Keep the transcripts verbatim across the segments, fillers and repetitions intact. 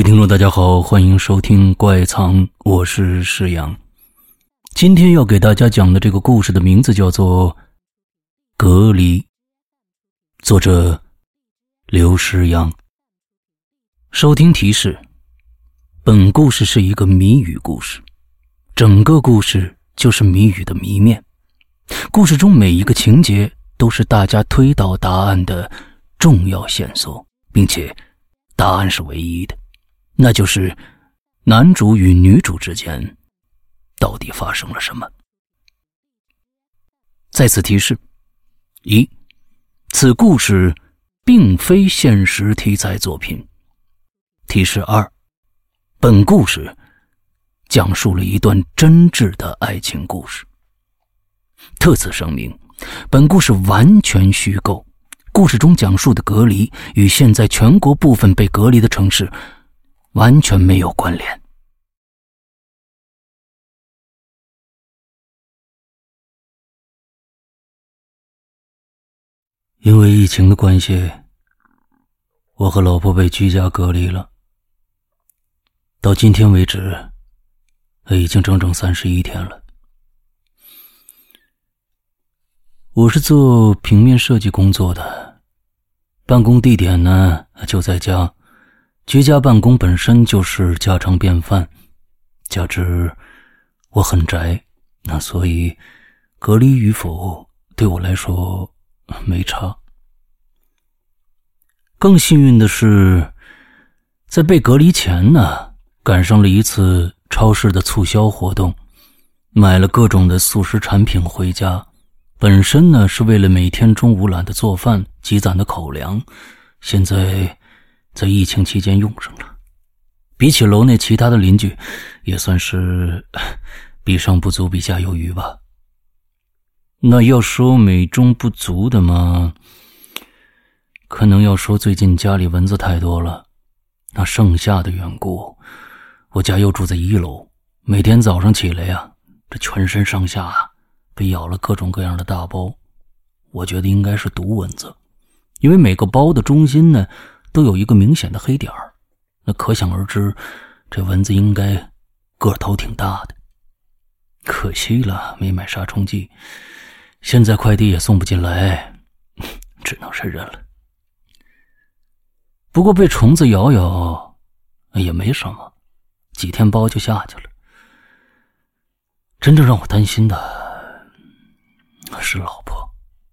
位听众大家好，欢迎收听怪藏，我是石阳。今天要给大家讲的这个故事的名字叫做隔离，作者刘石阳。收听提示，本故事是一个谜语故事，整个故事就是谜语的谜面，故事中每一个情节都是大家推导答案的重要线索，并且答案是唯一的，那就是男主与女主之间到底发生了什么。再次提示：一，此故事并非现实题材作品。提示二，本故事讲述了一段真挚的爱情故事。特此声明，本故事完全虚构，故事中讲述的隔离与现在全国部分被隔离的城市完全没有关联。因为疫情的关系，我和老婆被居家隔离了。到今天为止，已经整整三十一天了。我是做平面设计工作的，办公地点呢就在家，居家办公本身就是家常便饭，加之我很宅，那所以隔离与否对我来说没差。更幸运的是，在被隔离前呢，赶上了一次超市的促销活动，买了各种的速食产品回家。本身呢是为了每天中午懒得做饭积攒的口粮，现在在疫情期间用上了。比起楼内其他的邻居，也算是比上不足比下有余吧。那要说美中不足的嘛，可能要说最近家里蚊子太多了，那盛夏的缘故，我家又住在一楼，每天早上起来呀，这全身上下啊被咬了各种各样的大包，我觉得应该是毒蚊子，因为每个包的中心呢都有一个明显的黑点儿，那可想而知，这蚊子应该个头挺大的。可惜了，没买杀虫剂，现在快递也送不进来，只能是忍了。不过被虫子咬咬也没什么，几天包就下去了。真正让我担心的是老婆。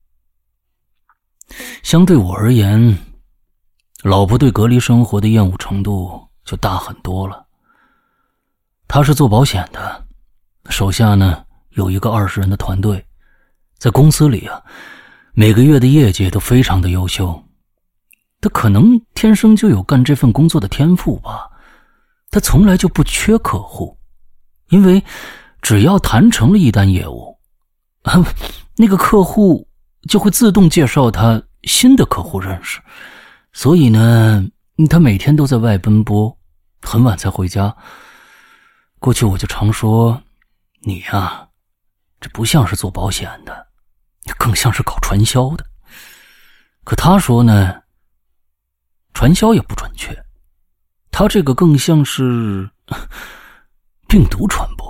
相对我而言，老婆对隔离生活的厌恶程度就大很多了。她是做保险的，手下呢有一个二十人的团队，在公司里啊，每个月的业绩都非常的优秀。她可能天生就有干这份工作的天赋吧，她从来就不缺客户，因为只要谈成了一单业务，啊，那个客户就会自动介绍他新的客户认识，所以呢，他每天都在外奔波，很晚才回家。过去我就常说，你呀，这不像是做保险的，更像是搞传销的。可他说呢，传销也不准确，他这个更像是病毒传播。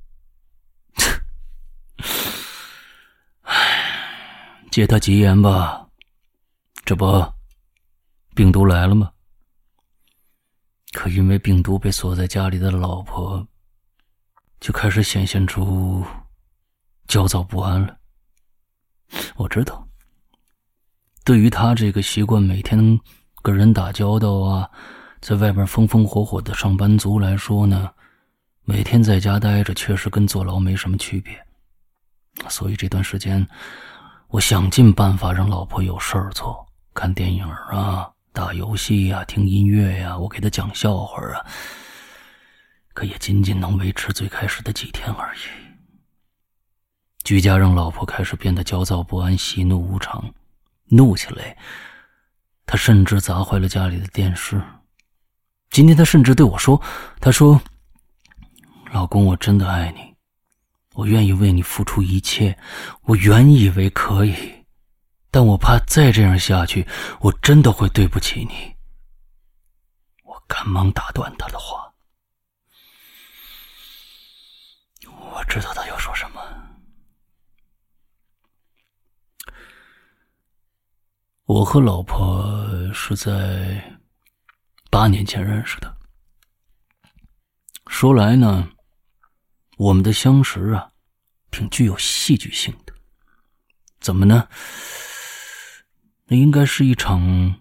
借他吉言吧，这不病毒来了吗？可因为病毒被锁在家里的老婆就开始显现出焦躁不安了。我知道，对于他这个习惯每天跟人打交道啊，在外面风风火火的上班族来说呢，每天在家待着确实跟坐牢没什么区别。所以这段时间我想尽办法让老婆有事儿做，看电影啊，打游戏啊，听音乐呀、啊，我给她讲笑话啊，可也仅仅能维持最开始的几天而已。居家让老婆开始变得焦躁不安，喜怒无常，怒起来她甚至砸坏了家里的电视。今天她甚至对我说，她说，老公，我真的爱你，我愿意为你付出一切，我原以为可以，但我怕再这样下去，我真的会对不起你。我赶忙打断他的话。我知道他要说什么。我和老婆是在八年前认识的。说来呢，我们的相识啊，挺具有戏剧性的。怎么呢？那应该是一场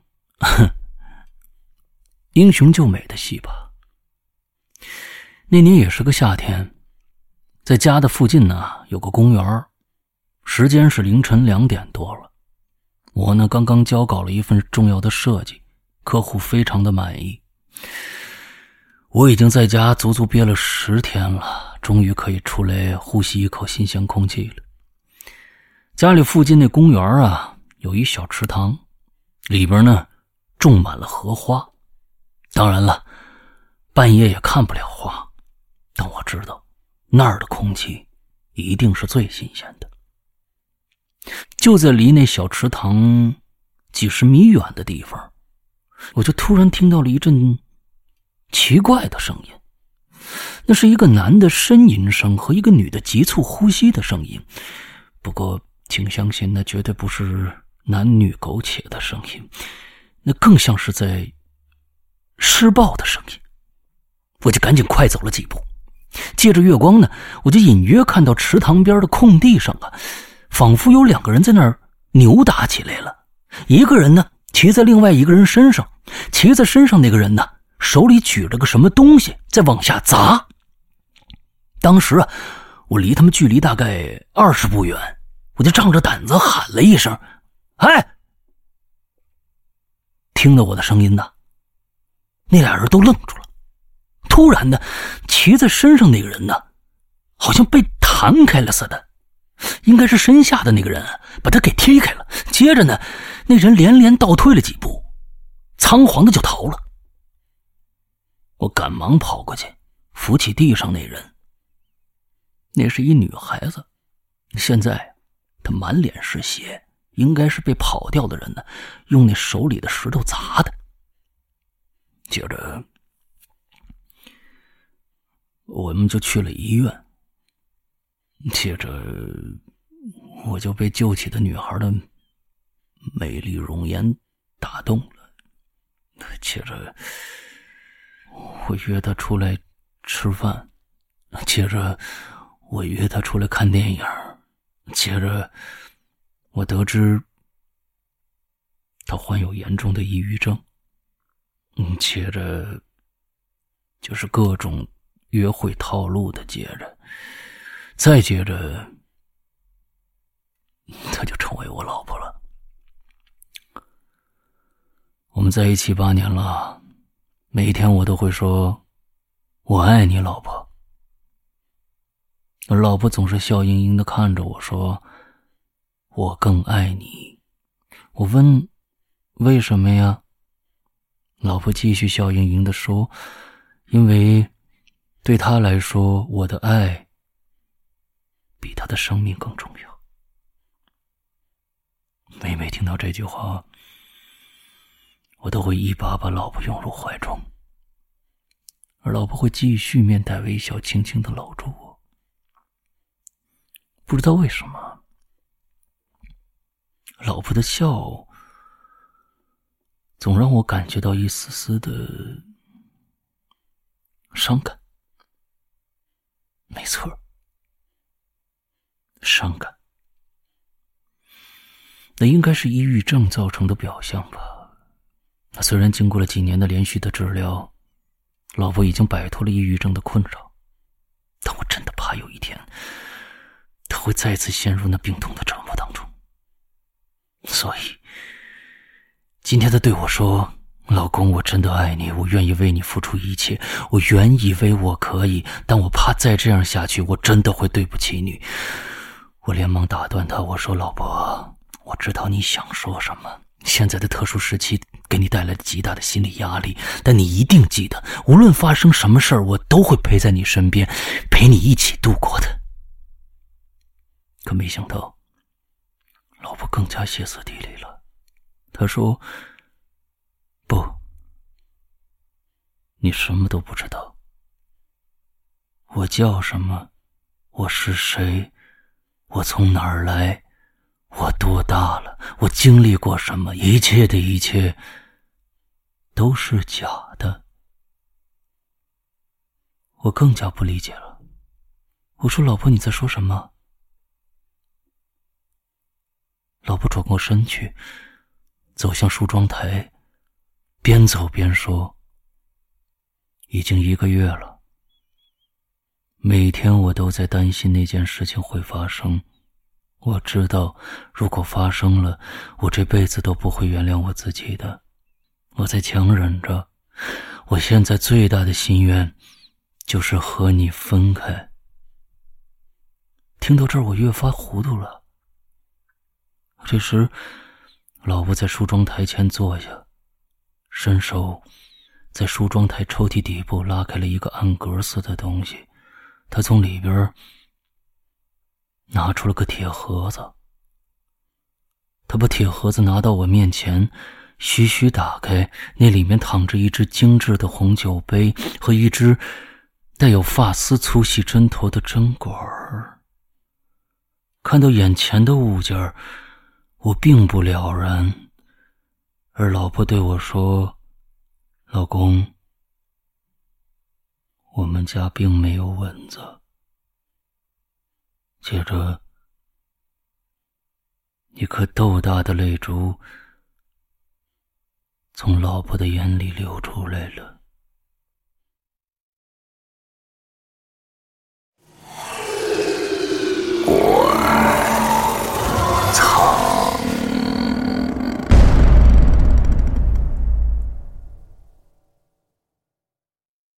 英雄救美的戏吧。那年也是个夏天，在家的附近呢有个公园，时间是凌晨两点多了。我呢刚刚交稿了一份重要的设计，客户非常的满意。我已经在家足足憋了十天了，终于可以出来呼吸一口新鲜空气了。家里附近那公园啊，有一小池塘，里边呢种满了荷花。当然了，半夜也看不了花，但我知道那儿的空气一定是最新鲜的。就在离那小池塘几十米远的地方，我就突然听到了一阵奇怪的声音。那是一个男的呻吟声和一个女的急促呼吸的声音，不过请相信那绝对不是男女苟且的声音，那更像是在施暴的声音。我就赶紧快走了几步，借着月光呢，我就隐约看到池塘边的空地上啊，仿佛有两个人在那儿扭打起来了。一个人呢骑在另外一个人身上，骑在身上那个人呢手里举了个什么东西在往下砸。当时啊，我离他们距离大概二十步远，我就仗着胆子喊了一声：“哎！”听到我的声音呢，那俩人都愣住了。突然呢，骑在身上那个人呢，好像被弹开了似的，应该是身下的那个人把他给踢开了。接着呢，那人连连倒退了几步，仓皇的就逃了。我赶忙跑过去，扶起地上那人。那是一女孩子，现在她满脸是血，应该是被跑掉的人呢用那手里的石头砸的。接着我们就去了医院，接着我就被救起的女孩的美丽容颜打动了。接着我约她出来吃饭，接着我约她出来看电影，接着我得知她患有严重的抑郁症，嗯，接着就是各种约会套路的接着，再接着她就成为我老婆了。我们在一起八年了，每天我都会说我爱你老婆，而老婆总是笑盈盈地看着我说我更爱你。我问为什么呀？老婆继续笑盈盈地说，因为对她来说，我的爱比她的生命更重要。每每听到这句话，我都会一把把老婆拥入怀中，而老婆会继续面带微笑，轻轻地搂住我。不知道为什么，老婆的笑总让我感觉到一丝丝的伤感。没错，伤感。那应该是抑郁症造成的表象吧。那虽然经过了几年的连续的治疗，老婆已经摆脱了抑郁症的困扰，但我真的怕有一天她会再次陷入那病痛的折磨当中。所以今天她对我说，老公，我真的爱你，我愿意为你付出一切，我原以为我可以，但我怕再这样下去我真的会对不起你。我连忙打断她，我说，老婆，我知道你想说什么，现在的特殊时期给你带来极大的心理压力，但你一定记得，无论发生什么事儿，我都会陪在你身边，陪你一起度过的。可没想到老婆更加歇斯底里了。她说，不， 你什么都不知道。我叫什么？我是谁？我从哪儿来？我多大了？我经历过什么？一切的一切都是假的。我更加不理解了。我说：“老婆，你在说什么？”老婆转过身去，走向梳妆台，边走边说：“已经一个月了，每天我都在担心那件事情会发生。我知道，如果发生了，我这辈子都不会原谅我自己的。我在强忍着，我现在最大的心愿就是和你分开。”听到这儿，我越发糊涂了。这时，老婆在梳妆台前坐下，伸手在梳妆台抽屉底部拉开了一个暗格似的东西，她从里边拿出了个铁盒子。她把铁盒子拿到我面前，徐徐打开，那里面躺着一只精致的红酒杯和一只带有发丝粗细针头的针管儿。看到眼前的物件，我并不了然，而老婆对我说：“老公，我们家并没有蚊子。”接着，一颗豆大的泪珠从老婆的眼里流出来了。